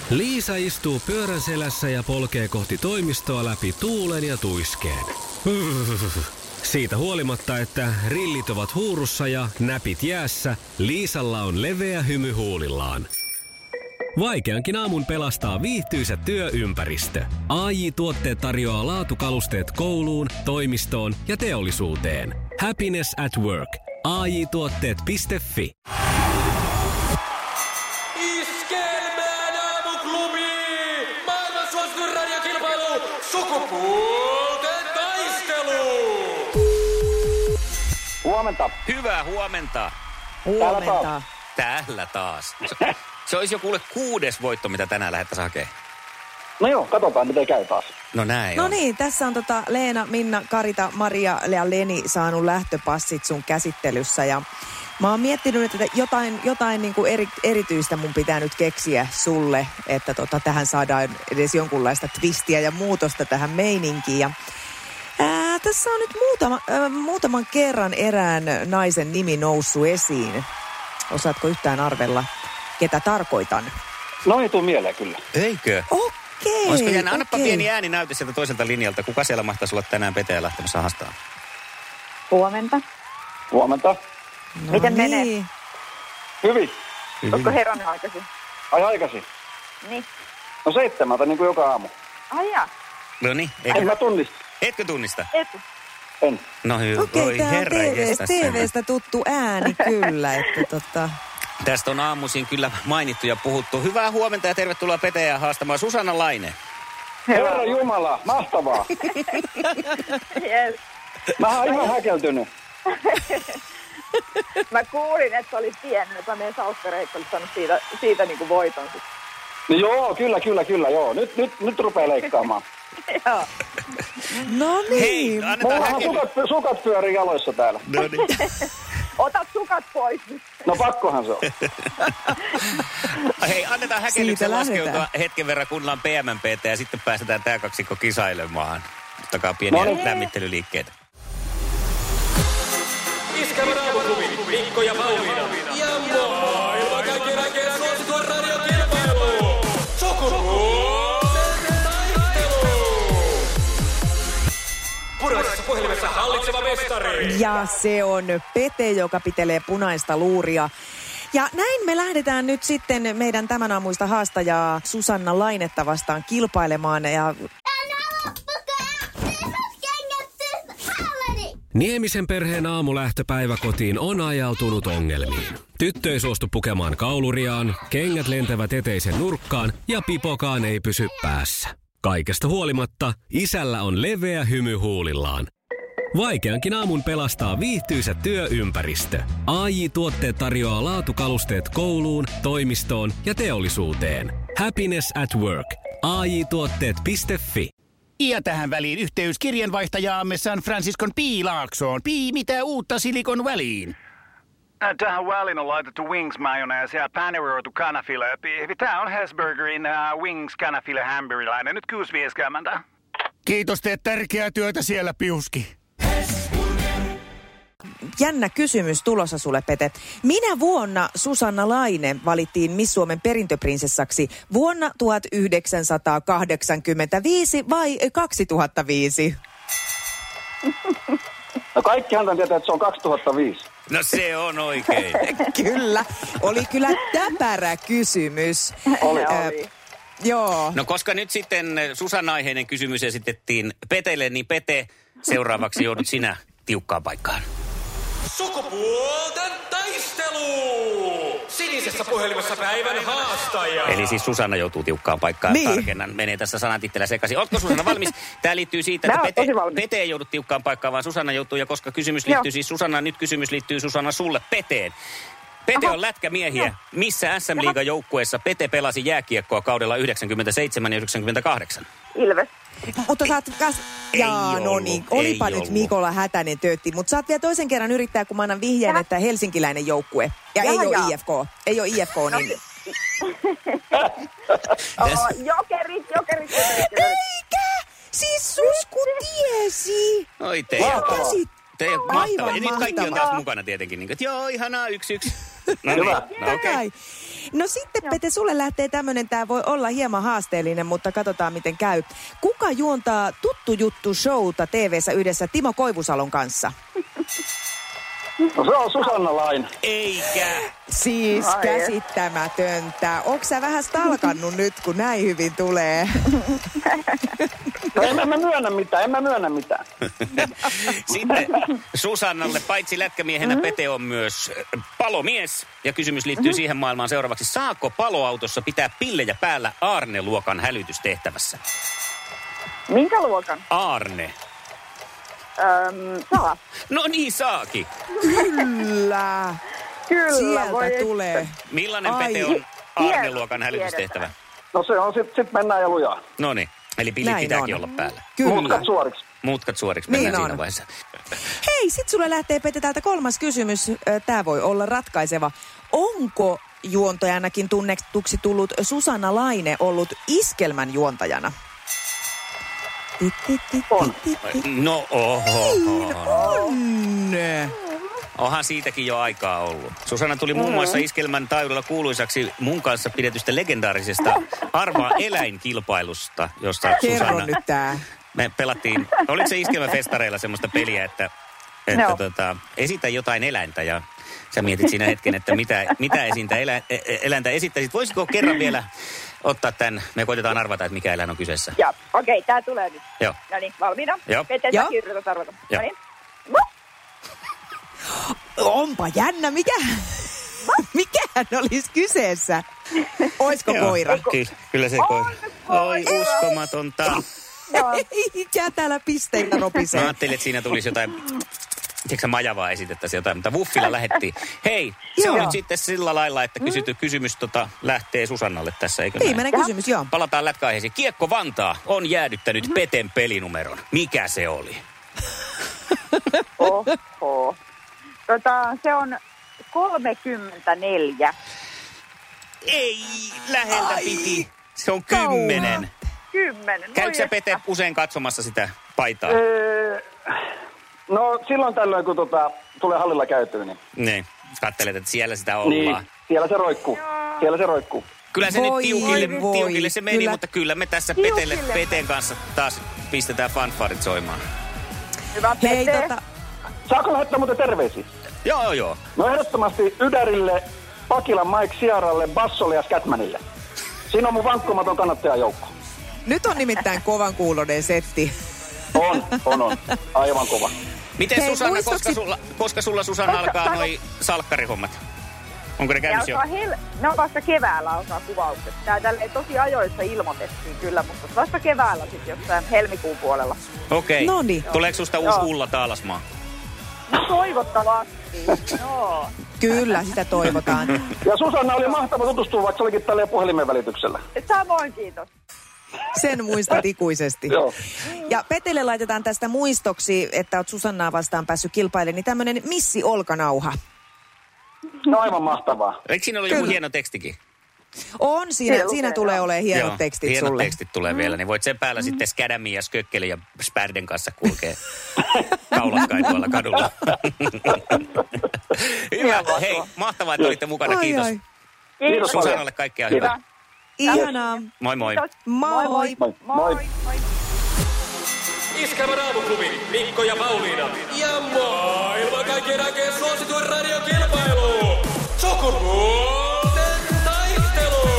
Liisa istuu pyörän selässä ja polkee kohti toimistoa läpi tuulen ja tuiskeen. Siitä huolimatta, että rillit ovat huurussa ja näpit jäässä, Liisalla on leveä hymy huulillaan. Vaikeankin aamun pelastaa viihtyisä työympäristö. AJ-tuotteet tarjoaa laatukalusteet kouluun, toimistoon ja teollisuuteen. Happiness at work. AJ-tuotteet.fi. Iskelmään aamuklubi! Maailman suosituin radiokilpailu! Sukupuolten taistelu! Huomenta. Hyvää huomenta. Huomenta. Täällä taas. Se olisi jo kuule 6. voitto, mitä tänään lähdettäisiin hakemaan. No joo, katsotaan miten käy taas. No näin No on. niin, tässä on Leena, Minna, Karita, Maria ja Leni saanut lähtöpassit sun käsittelyssä. Ja mä oon miettinyt, että jotain niin kuin erityistä mun pitää nyt keksiä sulle, että tähän saadaan edes jonkunlaista twistiä ja muutosta tähän meininkiin. Ja tässä on nyt muutaman kerran erään naisen nimi noussut esiin. Osaatko yhtään arvella, ketä tarkoitan? No ei tuu mieleen kyllä. Eikö? Okei. Olisiko jännä? Annapa pieni ääninäyte sieltä toiselta linjalta. Kuka siellä mahtaisi olla tänään Peteä lähtemässä haastaan? Huomenta. Huomenta. No Miten niin. menee? Hyvin. Oletko herännyt aikaisin? Ai aikaisin. Niin. No 7 niin kuin joka aamu. Ai jaa. No niin. En mä tunnista. Etkö tunnista? Etu. En. No hyvä. Okei, tää on TV:stä tuttu ääni kyllä, että Tästä on aamuisin kyllä mainittu ja puhuttu. Hyvää huomenta ja tervetuloa Peteä haastamaan Susanna Laine. Herra Jumala, mahtavaa. Yes. Mä oon ihan häkeltynyt. Mä kuulin, että oli tiennyt, että meidän Salkkareikka oli saanut siitä niin kuin voiton. No joo, kyllä, joo. Nyt rupeaa leikkaamaan. Joo. No Hei, niin. annetaan Mullahan sukat pyörii jaloissa täällä. No niin. Ota sukat pois nyt. No pakkohan se on. Hei, annetaan Siitä häkellyksen lähdetään. laskeutua hetken verran, kuunnellaan PMPtä ja sitten päästetään tää kaksikko kisailemaan. Ottakaa pieniä No niin. lämmittelyliikkeitä. Iskelmän aamuklubi, Mikko ja Pauliina. Ja maailman kaikkien suosituen radiokilpailu! Sukupuolten taistelu! Puraisessa puhelimessa hallitseva mestari. Ja se on Pete, joka pitelee punaista luuria. Ja näin me lähdetään nyt sitten meidän tämän aamuista haastajaa Susanna Lainetta vastaan kilpailemaan. Ja Niemisen perheen aamulähtöpäivä kotiin on ajautunut ongelmiin. Tyttö ei suostu pukemaan kauluriaan, kengät lentävät eteisen nurkkaan ja pipokaan ei pysy päässä. Kaikesta huolimatta, isällä on leveä hymy huulillaan. Vaikeankin aamun pelastaa viihtyisä työympäristö. AJ-tuotteet tarjoaa laatukalusteet kouluun, toimistoon ja teollisuuteen. Happiness at work. AJ-tuotteet.fi. Ja tähän väliin yhteys kirjanvaihtajaamme San Franciscon Piilaaksoon. Mitä uutta Silikon väliin? Tähän väliin on laitettu wings mayonnaise ja paneroitu kanafila. Tämä on Hesburgerin wings kanafila hamburilainen. Nyt 6.50. Kiitos, teet tärkeää työtä siellä, Piuski. jännä kysymys tulossa sulle, Pete. Minä vuonna Susanna Laine valittiin Miss Suomen perintöprinsessaksi? Vuonna 1985 vai 2005? No kaikkihan tietää, että se on 2005. No se on oikein. Kyllä. Oli kyllä täpärä kysymys. Oli. Joo. No koska nyt sitten Susanna-aiheinen kysymys esitettiin Petelle, niin Pete, seuraavaksi joudut sinä tiukkaan paikkaan. Sukupuolten taistelu! Sinisessä puhelimessa päivän haastaja. Eli siis Susanna joutuu tiukkaan paikkaan. Niin. Tarkennan. Menee tässä sanat itsellä sekaisin. Ootko Susanna valmis? Tämä liittyy siitä, Mä että oon tosi valmis. Pete ei joudu tiukkaan paikkaan, vaan Susanna joutuu. Ja koska kysymys liittyy siis Susanna, nyt kysymys liittyy Susanna sulle Peteen. Pete on lätkämiehiä. Joo. Missä SM-liigan joukkueessa Pete pelasi jääkiekkoa kaudella 97 ja 98? Ilves. Mutta sä oot Jaa, Ei no ollut, niin. ei Olipa nyt ollut. Mikola hätäinen töötti. Mutta saat vielä toisen kerran yrittää, kun mä annan vihjeen, että helsinkiläinen joukkue. Ja ei ole IFK. Ei ole IFK, niin... Jokerit. Eikä! Siis Susku tiesi! Oi Mahtavaa. Käsit. Mahtavaa. Ja Aivan nyt kaikki on mahtavaa. taas mukana tietenkin. Niin, että joo, ihanaa, 1-1. No niin, Hyvä. no okei. Kai. No sitten Pete, sulle lähtee tämmönen, tää voi olla hieman haasteellinen, mutta katsotaan miten käy. Kuka juontaa Tuttu Juttu -showta TV:ssä yhdessä Timo Koivusalon kanssa? No se on Susanna Laine. Eikä. Siis käsittämätöntä. Onko sä vähän stalkannut nyt, kun näin hyvin tulee? No en mä myönnä mitään. Sitten Susannalle, paitsi lätkämiehenä, Pete on myös palomies. Ja kysymys liittyy siihen maailmaan seuraavaksi. Saako paloautossa pitää pillejä päällä Aarne-luokan hälytystehtävässä? Minkä luokan? Aarne. Saa. No niin saakin. Kyllä. Kyllä, Sieltä voi tulee. Millainen Ai. Pete on Aarne-luokan hälytystehtävä? No se on sit mennään ja lujaa. No niin, eli pillit Näin pitääkin on. olla päällä. Kyllä. Mutkat suoriksi. Mutkat suoriksi Niin mennään on. siinä vaiheessa. Hei, sit sulle lähtee Pete täältä kolmas kysymys. Tää voi olla ratkaiseva. Onko juontajanakin tunnetuksi tullut Susanna Laine ollut iskelmän juontajana? On. No oho. On. Onhan siitäkin jo aikaa ollut. Susanna tuli muun muassa iskelmän taajuudella kuuluisaksi mun kanssa pidetystä legendaarisesta Arvaa eläinkilpailusta, josta Kerro Susanna... nyt tää. Me pelattiin, oliko se iskelmäfestareilla semmoista peliä, että esitä jotain eläintä ja sä mietit siinä hetken, että mitä esintä eläintä esittäisit. Voisiko kerran vielä ottaa tämän, me koitetaan arvata, että mikä eläin on kyseessä. Joo, okei, tää tulee nyt. Joo. No niin, valmiina? Joo. Pete, Joo. säkin yrität arvata. Joo. No niin. Onpa jännä, mikähän olisi kyseessä? Oisko koira? Kyllä se koira. Oi, uskomatonta. Eikä täällä pisteitä Mä ropisee. ajattelin, että siinä tulisi jotain, tiedätkö majavaa esitettäisiin jotain, mutta Wuffilla lähettiin. Hei, se on Joo. nyt sitten sillä lailla, että kysytty kysymys lähtee Susannalle tässä, eikö näin? Viimeinen kysymys, joo. Palataan lätkäaiheisiin. Kiekko Vantaa on jäädyttänyt Peten pelinumeron. Mikä se oli? Oho. Se on 34. Ei, läheltä piti. Se on 10. 10. Käykö sä Pete usein katsomassa sitä paitaa? No silloin tällöin, kun tulee hallilla käytyä, Niin, katselet, että siellä sitä ollaan. niin siellä se roikkuu. Kyllä se Voi, nyt voi. tiukille se meni, Kyllä. mutta kyllä me tässä Peten kanssa taas pistetään fanfarit soimaan. Hyvä Hei, Pete. Saako lähettää muuten terveisiä? Joo. No ehdottomasti Ydärille, Pakilan Mike Siaralle, Bassolle ja Scatmanille. Siinä on mun vankkumaton kannattajajoukko. Nyt on nimittäin kovan kuulonen setti. On. Aivan kova. Miten Hei, Susanna, muistoksi- koska sulla Susanna alkaa noi salkkarihommat? Onko ne käynnissä jo? No vasta keväällä alkaa kuvaukset. Tää tälleen tosi ajoissa ilmoitettiin kyllä, mutta vasta keväällä sitten jossain helmikuun puolella. Okei. Noniin. Tuleeko susta uusi Joo. Ulla Taalasmaa? No toivottavasti. Joo. Kyllä, sitä toivotaan. Ja Susanna oli mahtava tutustua, vaikka se olikin tälleen puhelimen välityksellä. Samoin kiitos. Sen muistat ikuisesti. Joo. Ja Petelle laitetaan tästä muistoksi, että oot Susannaa vastaan päässyt kilpailemaan, niin tämmönen missi-olkanauha. No aivan mahtavaa. Eikö siinä ollut joku Kyllä. hieno tekstikin? On, siinä tulee olemaan hienot tekstit hienot sulle. tekstit tulee vielä, niin voit sen päällä sitten Skadämin ja Skökkelin ja Spärden kanssa kulkea kaulakkain tuolla kadulla. Hyvä, hei, mahtavaa, että olitte mukana, kiitos. Kiitos paljon. Susannalle kaikkea hyvää. Ihanaa. Moi moi. Kiitos. Moi. Moi. Iskelmän aamuklubi, Mikko ja Pauliina. Ja maailman kaikkien aikeen suosituen radiokilpailu. Sukupuolten taistelu.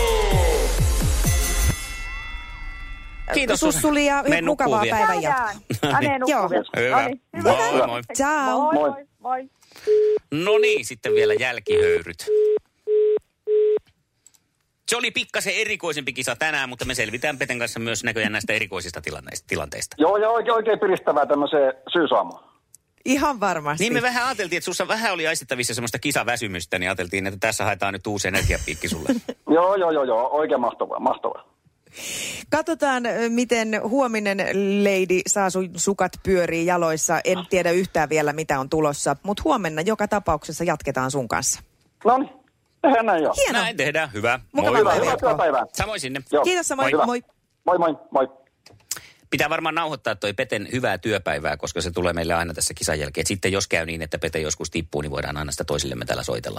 Kiitos Sussuli ja Mene mukavaa nukkuun vielä. päivän jatkoa. Joo. Hyvä. Moi moi. Ciao. Moi. No niin, sitten vielä jälkihöyryt. Se oli pikkasen erikoisempi kisa tänään, mutta me selvitään Peten kanssa myös näköjään näistä erikoisista tilanteista. Joo, ja oikein piristävää tämmöiseen syysaamuun. Ihan varmasti. Niin me vähän ajateltiin, että sussa vähän oli aistittavissa semmoista kisaväsymystä, niin ajateltiin, että tässä haetaan nyt uusi energiapiikki sulle. Joo, oikein mahtavaa. Katsotaan, miten huominen lady saa sun sukat pyörii jaloissa. En tiedä yhtään vielä, mitä on tulossa, mutta huomenna joka tapauksessa jatketaan sun kanssa. No niin, tehdään näin jo. Hienoa. Näin tehdään. Hyvä. Mukavaa Moi. päivää. Hyvää työpäivää. Samoin sinne. Joo. Kiitos samoin. Hyvä. Moi. Moi. Pitää varmaan nauhoittaa toi Peten hyvää työpäivää, koska se tulee meille aina tässä kisan jälkeen. Et sitten jos käy niin, että Pete joskus tippuu, niin voidaan aina sitä toisillemme täällä soitella.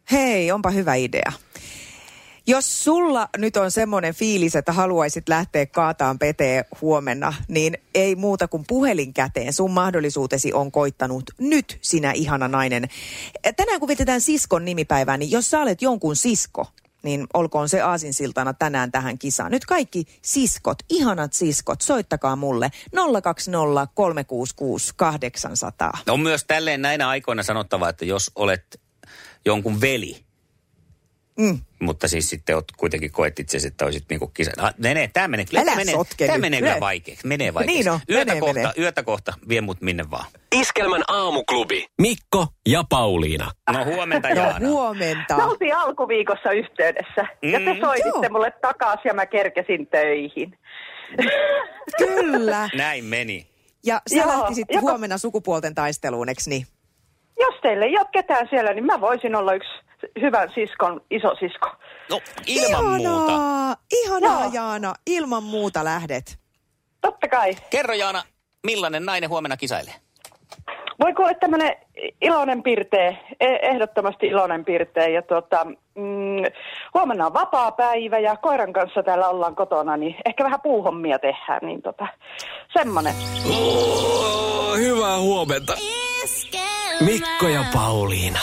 Hei, onpa hyvä idea. Jos sulla nyt on semmoinen fiilis, että haluaisit lähteä kaataan peteen huomenna, niin ei muuta kuin puhelin käteen. Sun mahdollisuutesi on koittanut nyt, sinä ihana nainen. Tänään kun vietetään siskon nimipäivää, niin jos sä olet jonkun sisko, niin olkoon se aasinsiltana tänään tähän kisaan. Nyt kaikki siskot, ihanat siskot, soittakaa mulle 020 366 800. On myös tälleen näinä aikoina sanottava, että jos olet jonkun veli, mutta siis sitten kuitenkin koet itse, että olisit niinku kisa. Tämä menee kyllä vaikeaksi. Menee vaikeaksi. Niin on, yötä kohta, vie mut minne vaan. Iskelmän aamuklubi. Mikko ja Pauliina. No huomenta, Jaana. No huomenta. Me oltiin alkuviikossa yhteydessä. Ja te soititte mulle takaisin ja mä kerkesin töihin. Kyllä. Näin meni. Ja sä lähtisit huomenna sukupuolten taisteluun, eks niin? Jos teille ei ole ketään siellä, niin mä voisin olla yksi hyvän siskon isosisko. No, ilman muuta. Ihanaa, Jaana. Ilman muuta lähdet. Totta kai. Kerro, Jaana, millainen nainen huomenna kisailee? Voiko olla tämmöinen iloinen pirteä, ehdottomasti iloinen pirteä. Ja huomenna on vapaa päivä ja koiran kanssa täällä ollaan kotona, niin ehkä vähän puuhommia tehdään. Niin semmoinen. Hyvää huomenta. Mikko ja Pauliina.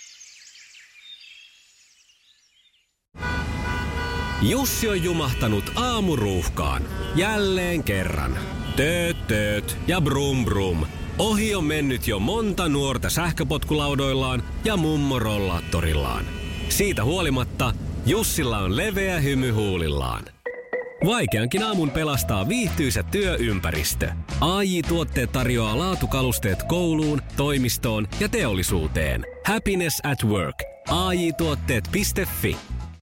Jussi on jumahtanut aamuruuhkaan. Jälleen kerran. Tööt ja brum brum. Ohi on mennyt jo monta nuorta sähköpotkulaudoillaan ja mummorollaattorillaan. Siitä huolimatta Jussilla on leveä hymy huulillaan. Vaikeankin aamun pelastaa viihtyisä työympäristö. AJ-tuotteet tarjoaa laatukalusteet kouluun, toimistoon ja teollisuuteen. Happiness at work. AJ-tuotteet.fi